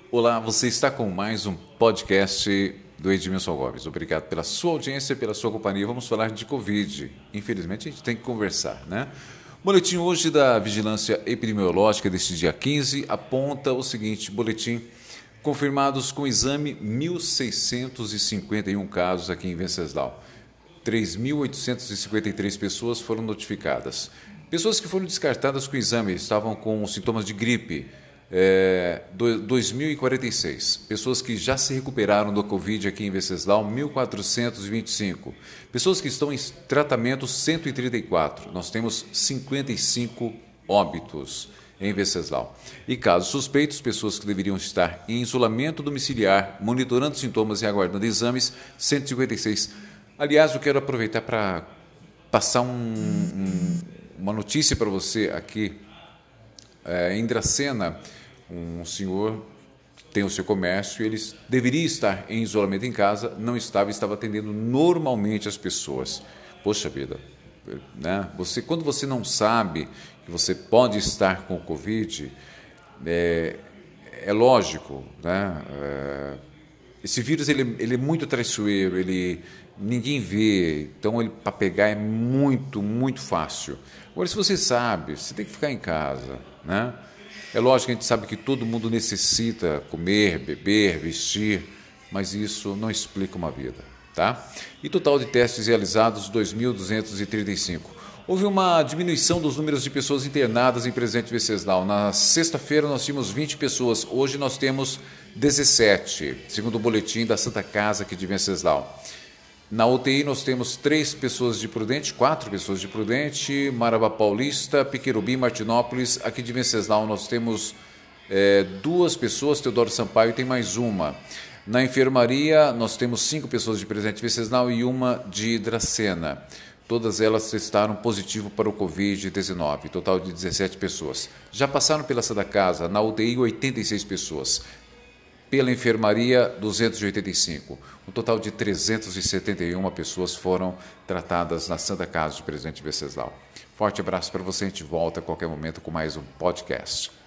Olá, você está com mais um podcast do Edmilson Gomes. Obrigado pela sua audiência, pela sua companhia. Vamos falar de Covid. Infelizmente, a gente tem que conversar, né? O boletim hoje da Vigilância Epidemiológica deste dia 15 aponta o seguinte: boletim confirmados com exame 1.651 casos aqui em Venceslau. 3.853 pessoas foram notificadas. Pessoas que foram descartadas com o exame estavam com sintomas de gripe. 2.046. Pessoas que já se recuperaram do Covid aqui em Venceslau, 1.425. Pessoas que estão em tratamento, 134. Nós temos 55 óbitos em Venceslau. E casos suspeitos, pessoas que deveriam estar em isolamento domiciliar, monitorando sintomas e aguardando exames, 156. Aliás, eu quero aproveitar para passar uma notícia para você aqui. Em Dracena, um senhor tem o seu comércio, ele deveria estar em isolamento em casa, não estava, estava atendendo normalmente as pessoas. Poxa vida, né? Quando você não sabe que você pode estar com o Covid, é lógico, né? Esse vírus ele é muito traiçoeiro, ninguém vê, então para pegar é muito, muito fácil. Agora, se você sabe, você tem que ficar em casa, né? É lógico que a gente sabe que todo mundo necessita comer, beber, vestir, mas isso não explica uma vida, tá? E total de testes realizados, 2.235. Houve uma diminuição dos números de pessoas internadas em Presidente Venceslau. Na sexta-feira nós tínhamos 20 pessoas, hoje nós temos 17, segundo o boletim da Santa Casa aqui de Venceslau. Na UTI nós temos 4 pessoas de Prudente, Marabá Paulista, Piquerubim, Martinópolis. Aqui de Venceslau nós temos 2 pessoas, Teodoro Sampaio tem mais uma. Na enfermaria nós temos 5 pessoas de Presidente Venceslau e uma de Dracena. Todas elas testaram positivo para o Covid-19, total de 17 pessoas. Já passaram pela Santa Casa, na UTI 86 pessoas. Pela enfermaria, 285. Um total de 371 pessoas foram tratadas na Santa Casa de Presidente Venceslau. Forte abraço para você, a gente volta a qualquer momento com mais um podcast.